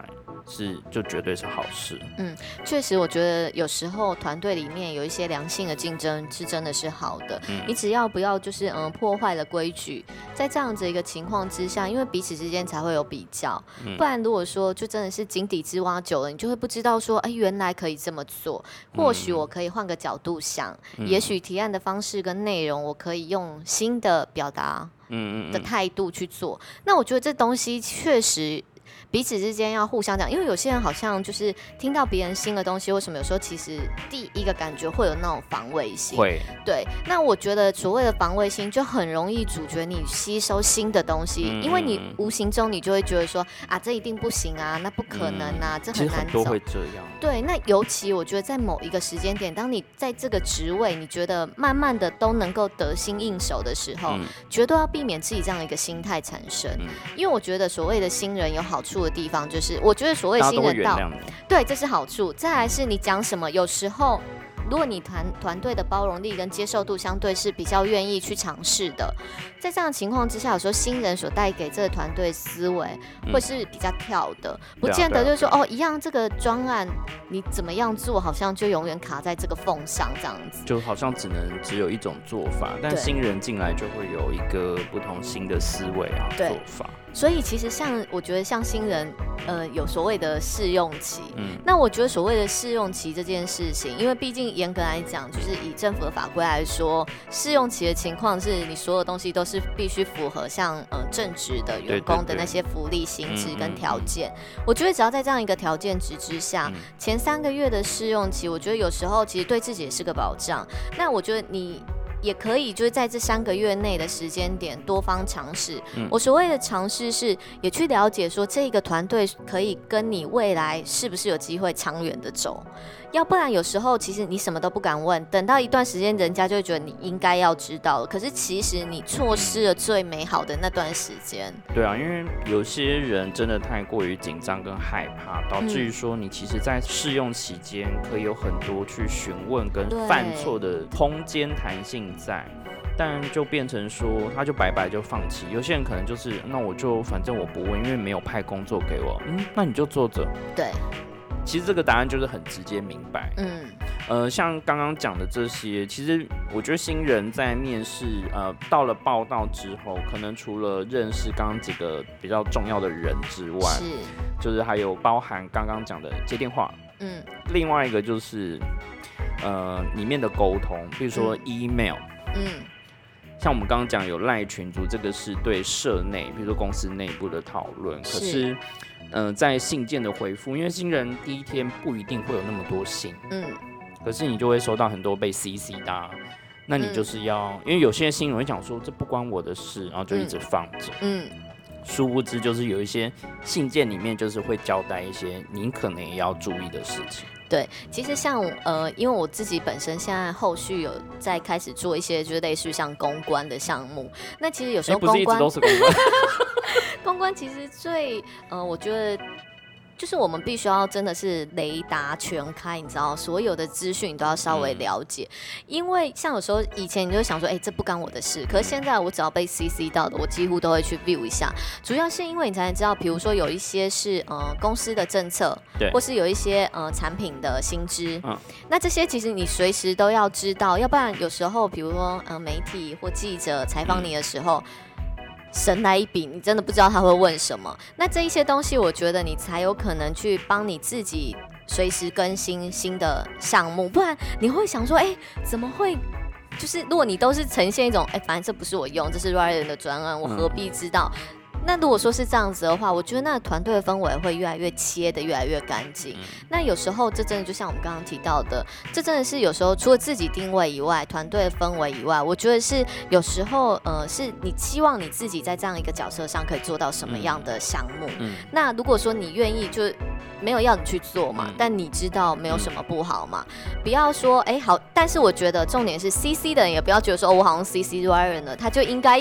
就绝对是好事。 确实，我觉得有时候团队里面有一些良性的竞争是真的是好的。你只要不要就是破坏了规矩，在这样子一个情况之下，因为彼此之间才会有比较，不然如果说就真的是井底之蛙久了，你就会不知道说，哎，原来可以这么做。或许我可以换个角度想，也许提案的方式跟内容，我可以用新的表达的态度去做。那我觉得这东西确实彼此之间要互相讲，因为有些人好像就是听到别人新的东西，为什么有时候其实第一个感觉会有那种防卫心？ 会， 对。那我觉得所谓的防卫心，就很容易阻绝你吸收新的东西，因为你无形中你就会觉得说啊，这一定不行啊，那不可能啊，这很难走。 其实很多会这样。 对，那尤其我觉得在某一个时间点，当你在这个职位，你觉得慢慢的都能够得心应手的时候，绝对要避免自己这样一个心态产生。因为我觉得所谓的新人有好处的地方，就是我觉得所谓新人到，对，这是好处。再来是你讲什么，有时候如果你团队的包容力跟接受度相对是比较愿意去尝试的，在这样的情况之下，有时候新人所带给这个团队思维会是比较跳的，不见得就是说哦，一样这个专案你怎么样做，好像就永远卡在这个缝上这样子， 就好像只有一种做法，但新人进来就会有一个不同新的思维啊做法。 所以其实我觉得像新人，有所谓的试用期。那我觉得所谓的试用期这件事情，因为毕竟严格来讲，就是以政府的法规来说，试用期的情况是你所有东西都是必须符合像正职的员工的那些福利、薪资跟条件。我觉得只要在这样一个条件值之下，前3个月的试用期，我觉得有时候其实对自己也是个保障。那我觉得你也可以就是在这3个月内的时间点多方尝试。我所谓的尝试是也去了解说这个团队可以跟你未来是不是有机会长远的走，要不然有时候其实你什么都不敢问，等到一段时间人家就会觉得你应该要知道了，可是其实你错失了最美好的那段时间。 对啊，因为有些人真的太过于紧张跟害怕，导致于说你其实在试用期间可以有很多去询问跟犯错的空间弹性在，但就变成说他就白白就放弃。有些人可能就是那我就反正我不问，因为没有派工作给我，那你就做着。 对， 其实这个答案就是很直接明白。像刚刚讲的这些，其实我觉得新人在面试到了报到之后，可能除了认识刚刚几个比较重要的人之外，就是还有包含刚刚讲的接电话，另外一个就是里面的沟通，比如说 email，像我们刚刚讲有赖群组，这个是对社内，比如说公司内部的讨论。可是，在信件的回复，因为新人第一天不一定会有那么多信，可是你就会收到很多被 CC 的，那你就是要，因为有些新人会讲说这不关我的事，然后就一直放着，殊不知就是有一些信件里面就是会交代一些你可能也要注意的事情。 对，其实像因为我自己本身现在后续有在开始做一些就是类似于像公关的项目，那其实有时候公关不是一直都是公关， 公关其实最我觉得。就是我们必须要真的是雷达全开，你知道，所有的资讯你都要稍微了解，因为像有时候以前你就会想说，这不干我的事，可是现在我只要被 CC 到的，我几乎都会去 view 一下，主要是因为你才能知道，比如说有一些是公司的政策， 对， 或是有一些产品的新知，那这些其实你随时都要知道，要不然有时候比如说媒体或记者采访你的时候。神来一笔，你真的不知道他会问什么。那这一些东西，我觉得你才有可能去帮你自己随时更新新的项目，不然你会想说，怎么会？就是如果你都是呈现一种，反正这不是我用，这是 Ryan 的专案，我何必知道？那如果说是这样子的话，我觉得那个团队的氛围会越来越切的越来越干净。那有时候这真的就像我们刚刚提到的，这真的是有时候除了自己定位以外，团队的氛围以外，我觉得是有时候是你期望你自己在这样一个角色上可以做到什么样的项目。那如果说你愿意，就没有要你去做嘛，但你知道没有什么不好嘛，不要说好，但是我觉得重点是 CC 的人也不要觉得说我好像 CC Ryan 了，他就应该要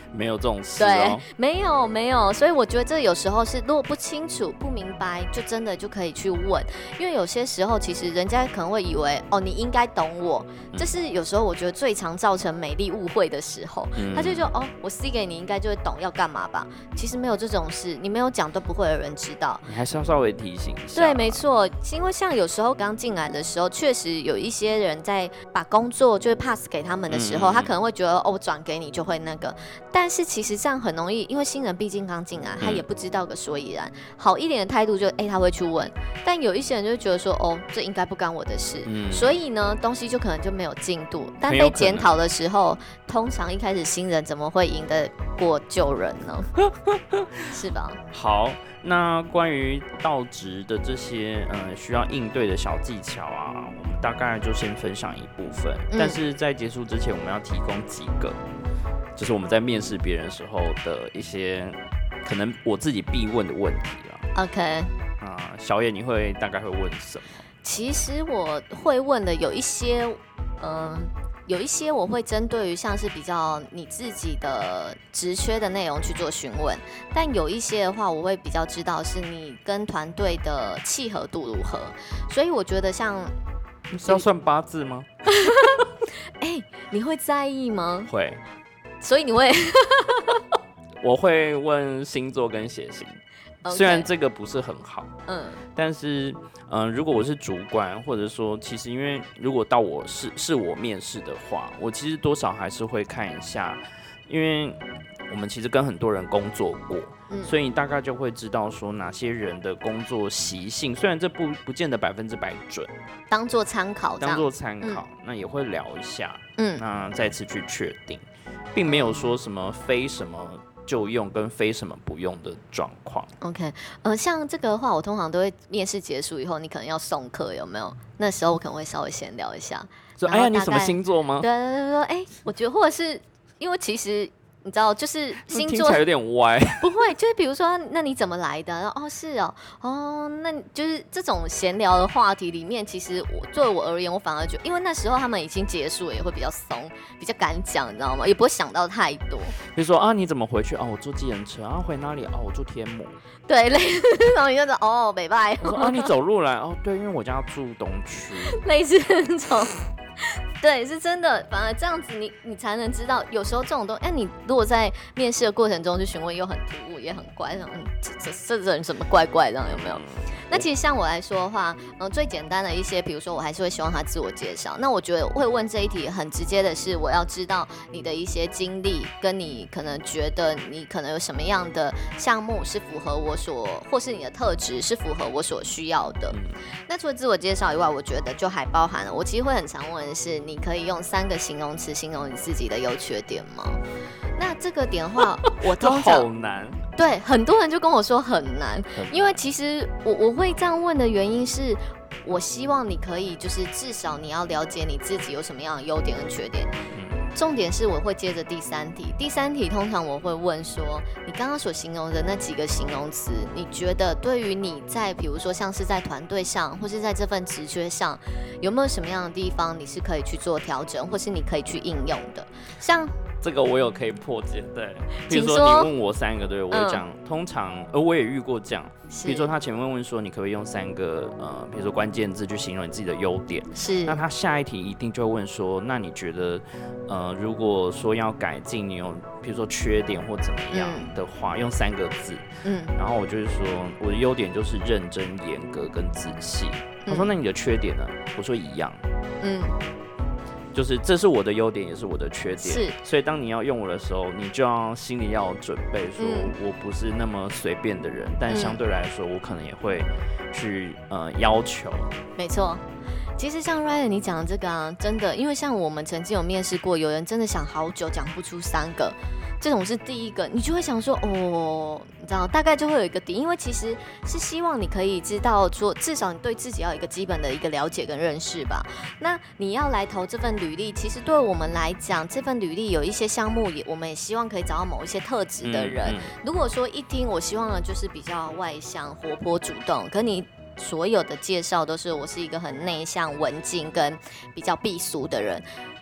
没有这种事哦。 对，没有，所以我觉得这有时候是如果不清楚不明白，就真的就可以去问，因为有些时候其实人家可能会以为哦你应该懂我，这是有时候我觉得最常造成美丽误会的时候，他就说哦我 C 给你应该就会懂要干嘛吧，其实没有这种事，你没有讲都不会有人知道， 你还是要稍微提醒一下。 对，没错，因为像有时候刚进来的时候，确实有一些人在把工作就是 pass 给他们的时候，他可能会觉得哦我转给你就会那个，但是其实这样很容易，因为新人毕竟刚进来，他也不知道个所以然。好一点的态度就他会去问，但有一些人就会觉得说哦这应该不干我的事，所以呢东西就可能就没有进度。但被检讨的时候，通常一开始新人怎么会赢得过旧人呢？是吧？ 好，那关于到职的这些需要应对的小技巧啊，我们大概就先分享一部分，但是在结束之前，我们要提供几个。就是我们在面试别人的时候的一些可能我自己必问的问题啦。 OK， 小野你会大概会问什么？ 其实我会问的有一些，我会针对于像是比较你自己的职缺的内容去做询问，但有一些的话，我会比较知道是你跟团队的契合度如何。所以我觉得像是要算八字吗？ 你会在意吗？ 会。 所以你会我会问星座跟血型，虽然这个不是很好，但是如果我是主管，或者说其实因为如果到我是我面试的话，我其实多少还是会看一下，因为我们其实跟很多人工作过，所以你大概就会知道说哪些人的工作习性，虽然这不见得100%准， 当做参考， 那也会聊一下，那再次去确定。并没有说什么非什么就用跟非什么不用的状况。 OK， 像这个的话，我通常都会面试结束以后，你可能要送客，有没有？那时候我可能会稍微闲聊一下， 说哎呀，你什么星座吗？ 对，我觉得或者是因为其实。你知道，就是星座听起来有点歪。 不会，就是比如说，那你怎么来的？然后哦，是哦，那就是这种闲聊的话题里面，其实作为我而言，我反而觉得，因为那时候他们已经结束了，也会比较松，比较敢讲，你知道吗？也不会想到太多。 比如说啊，你怎么回去？哦，我坐计程车。啊，回哪里？哦，我住天母。 对，类似这种，你就哦，北拜。 我说啊，你走路来？哦，对，因为我家住东区。 类似那种。对，是真的。反而这样子你才能知道，有时候这种东西，你如果在面试的过程中去询问，又很突兀，也很怪，这人怎么怪怪这样，有没有？那其实像我来说的话，最简单的一些，比如说我还是会希望他自我介绍。那我觉得会问这一题很直接的是，我要知道你的一些经历，跟你可能觉得你可能有什么样的项目是符合我或是你的特质是符合我所需要的。那除了自我介绍以外，我觉得就还包含了，我其实会很常问的是，你可以用3个形容词形容你自己的优缺点吗？那这个点的话，我通常好难。 对，很多人就跟我说很难，因为其实我会这样问的原因是，我希望你可以就是至少你要了解你自己有什么样的优点跟缺点。重点是我会接着第3题，第3题通常我会问说，你刚刚所形容的那几个形容词，你觉得对于你在比如说像是在团队上，或是在这份职缺上，有没有什么样的地方你是可以去做调整，或是你可以去应用的？像这个我有可以破解，对，比如说你问我3个，对我会讲，通常我也遇过这样，比如说他前面问说你可不可以用3个比如说关键字去形容你自己的优点， 是， 那他下一题一定就会问说，那你觉得如果说要改进，你有比如说缺点或怎么样的话，用3个字，然后我就是说我的优点就是认真、严格跟仔细。他说那你的缺点呢？我说一样，就是这是我的优点，也是我的缺点。是，所以当你要用我的时候，你就要心里要有准备，说我不是那么随便的人，但相对来说，我可能也会去要求。 没错。其实像 Ryan 你讲的这个啊，真的，因为像我们曾经有面试过，有人真的想好久讲不出3个，这种是第一个，你就会想说，哦，你知道，大概就会有一个底，因为其实是希望你可以知道说，至少你对自己要有一个基本的一个了解跟认识吧。那你要来投这份履历，其实对我们来讲，这份履历有一些项目我们也希望可以找到某一些特质的人。如果说一听，我希望的就是比较外向、活泼、主动，可你所有的介绍都是我是一个很内向、文静跟比较避俗的人。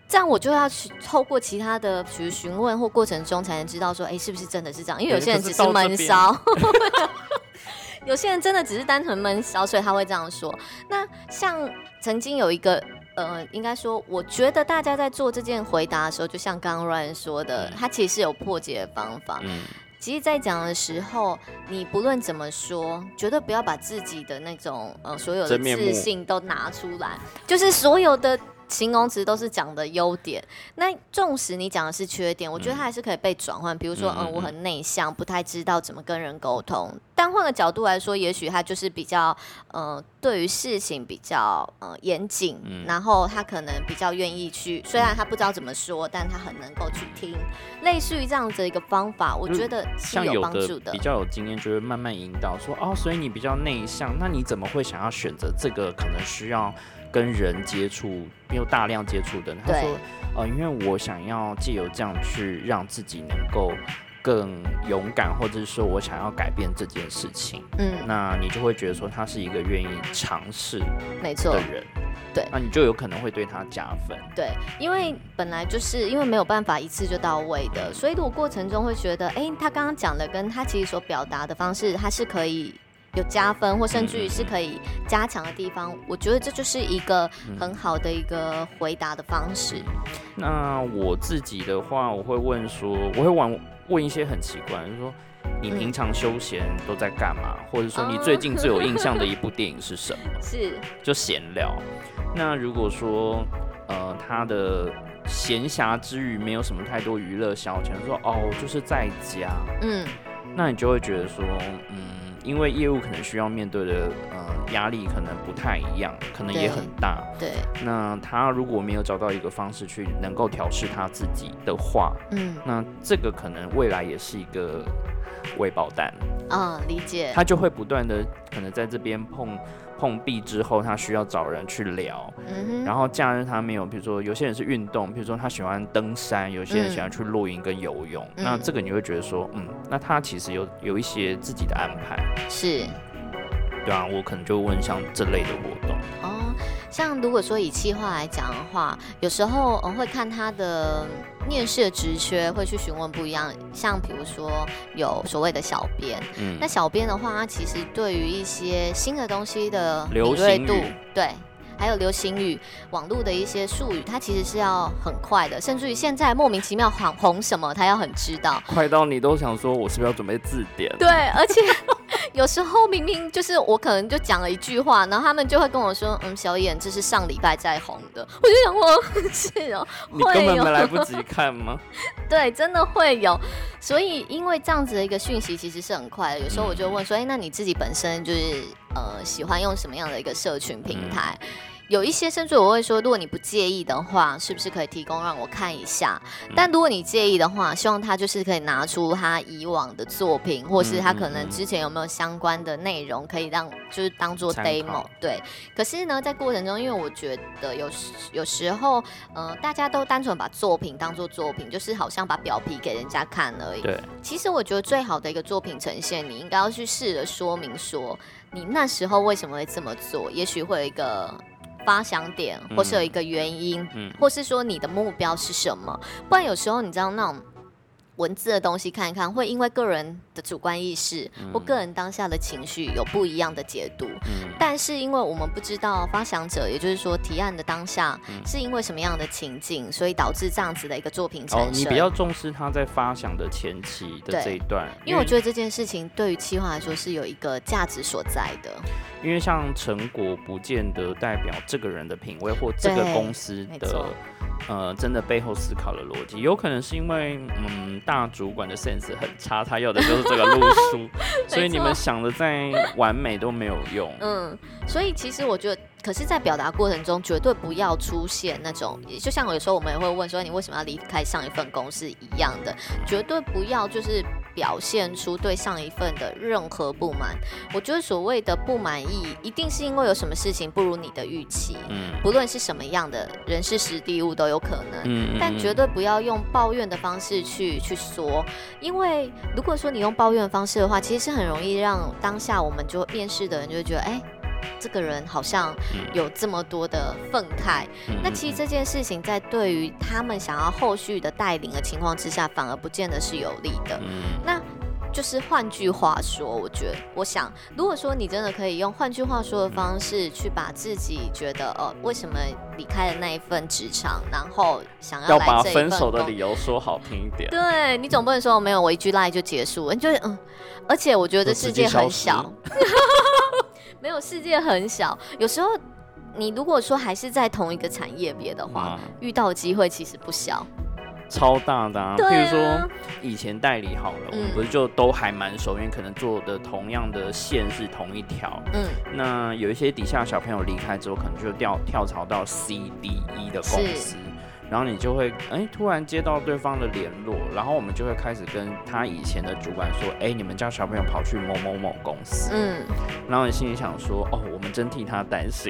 这样我就要去透过其他的比如询问或过程中才能知道说，哎，是不是真的是这样？因为有些人只是闷骚。有些人真的只是单纯闷骚，所以他会这样说。那像曾经有一个应该说，我觉得大家在做这件回答的时候，就像刚刚 Ryan 说的，他其实是有破解的方法。其实，在讲的时候，你不论怎么说，绝对不要把自己的那种所有的自信都拿出来，就是所有的形容词都是讲的优点。那纵使你讲的是缺点，我觉得它还是可以被转换。比如说，我很内向，不太知道怎么跟人沟通。但换个角度来说，也许他就是比较对于事情比较严谨，然后他可能比较愿意去，虽然他不知道怎么说，但他很能够去听。类似于这样子的一个方法，我觉得是有帮助的。 比较有经验，就会慢慢引导说，所以你比较内向，那你怎么会想要选择这个可能需要跟人接触，没有大量接触的？他说，因为我想要借由这样去让自己能够更勇敢，或者是说我想要改变这件事情，那你就会觉得说他是一个愿意尝试的人，对，那你就有可能会对他加分。 对，因为本来就是因为没有办法一次就到位的，所以如果过程中会觉得，他刚刚讲的跟他其实所表达的方式，他是可以有加分，或甚至于是可以加强的地方，我觉得这就是一个很好的一个回答的方式。 那我自己的话，我会问说，我会问一些很奇怪，就是说你平常休闲都在干嘛，或者说你最近最有印象的一部电影是什么？ 是就闲聊。那如果说他的闲暇之余没有什么太多娱乐消遣，说就是在家，那你就会觉得说，因为业务可能需要面对的压力可能不太一样，可能也很大。 对。 那他如果没有找到一个方式去能够调试他自己的话，那这个可能未来也是一个未爆弹。 理解。 他就会不断的可能在这边碰壁之后，他需要找人去聊。然后假日他没有，比如说有些人是运动，比如说他喜欢登山，有些人喜欢去露营跟游泳。那这个你会觉得说，那他其实有一些自己的安排。 是。 对啊，我可能就问像这类的活动。 像如果说以企划来讲的话，有时候会看他的面试的职缺，会去询问不一样。像比如说有所谓的小编，那小编的话，他其实对于一些新的东西的敏锐度，对。还有流行语、网络的一些术语，它其实是要很快的，甚至于现在莫名其妙红什么，他要很知道， 快到你都想说，我是不是要准备字典？ 对，而且有时候明明就是我可能就讲了一句话，然后他们就会跟我说，小眼这是上礼拜在红的，我就想说，是哦， 你根本没来不及看吗？ 对，真的会有。所以因为这样子的一个讯息其实是很快的，有时候我就问说，那你自己本身就是喜欢用什么样的一个社群平台？有一些甚至我会说，如果你不介意的话，是不是可以提供让我看一下？但如果你介意的话，希望他就是可以拿出他以往的作品，或是他可能之前有没有相关的内容可以让就是当做 demo。对。可是呢，在过程中，因为我觉得有时候大家都单纯把作品当做作品，就是好像把表皮给人家看而已。 对。 其实我觉得最好的一个作品呈现，你应该要去试着说明说，你那时候为什么会这么做，也许会有一个发想点，或是有一个原因，或是说你的目标是什么。不然有时候你知道那种文字的东西看一看，会因为个人的主观意识或个人当下的情绪有不一样的解读。但是因为我们不知道发想者，也就是说提案的当下是因为什么样的情境，所以导致这样子的一个作品产生。 你比较重视他在发想的前期的这一段， 因为我觉得这件事情对于企划来说是有一个价值所在的。 因为像成果不见得代表这个人的品味或这个公司的真的背后思考的逻辑，有可能是因为大主管的 sense 很差，他要的就是这个路数，所以你们想的再完美都没有用。 所以其实我觉得，可是，在表达过程中绝对不要出现那种，就像有时候我们也会问说，你为什么要离开上一份公司一样的，绝对不要就是表现出对上一份的任何不满。我觉得所谓的不满意，一定是因为有什么事情不如你的预期，不论是什么样的人事时地物都有可能，但绝对不要用抱怨的方式去说，因为如果说你用抱怨的方式的话，其实是很容易让当下我们就面试的人就会觉得， 这个人好像有这么多的愤慨。那其实这件事情在对于他们想要后续的带领的情况之下，反而不见得是有利的。那就是换句话说，我想，如果说你真的可以用换句话说的方式去把自己觉得为什么离开了那一份职场，然后想要来把这一份分手的理由说好听一点。 对，你总不能说没有我一句赖就结束了，你就而且我觉得世界很小，没有世界很小，有时候你如果说还是在同一个产业别的话，遇到的机会其实不小。 超大的譬如说以前代理好了，我们不是就都还蛮熟，因为可能做的同样的线是同一条。那有一些底下小朋友离开之后，可能就跳槽到 C、D、E 的公司，然后你就会突然接到对方的联络，然后我们就会开始跟他以前的主管说，你们家小朋友跑去某某某公司，然后你心里想说，我们真替他担心。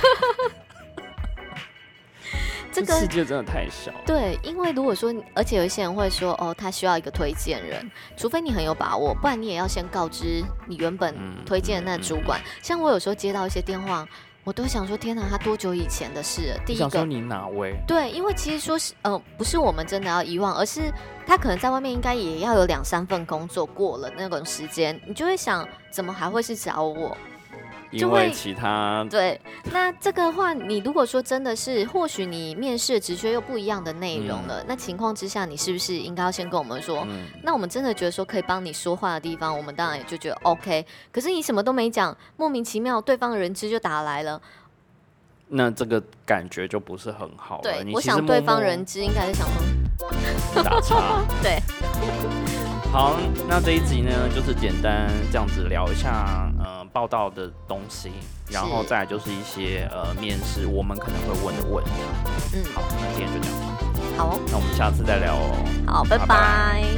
这世界真的太小。 对，因为如果说，而且有一些人会说，他需要一个推荐人，除非你很有把握，不然你也要先告知你原本推荐的那主管。像我有时候接到一些电话，我都想说，天哪，他多久以前的事了？第一个， 想说你哪位？ 对，因为其实说是，不是我们真的要遗忘，而是他可能在外面应该也要有2-3份工作过了那种时间，你就会想，怎么还会是找我？ 因为其他对，那这个话，你如果说真的是，或许你面试的职缺又不一样的内容了，那情况之下，你是不是应该要先跟我们说？那我们真的觉得说可以帮你说话的地方，我们当然也就觉得 OK。可是你什么都没讲，莫名其妙对方的人资就打来了， 那这个感觉就不是很好了。 对，我想对方人资应该是想说打岔。 对。 好，那这一集呢，就是简单这样子聊一下报道的东西，然后再来就是一些面试我们可能会问的问题。好，那今天就这样。 好， 那我们下次再聊哦。 好，拜拜。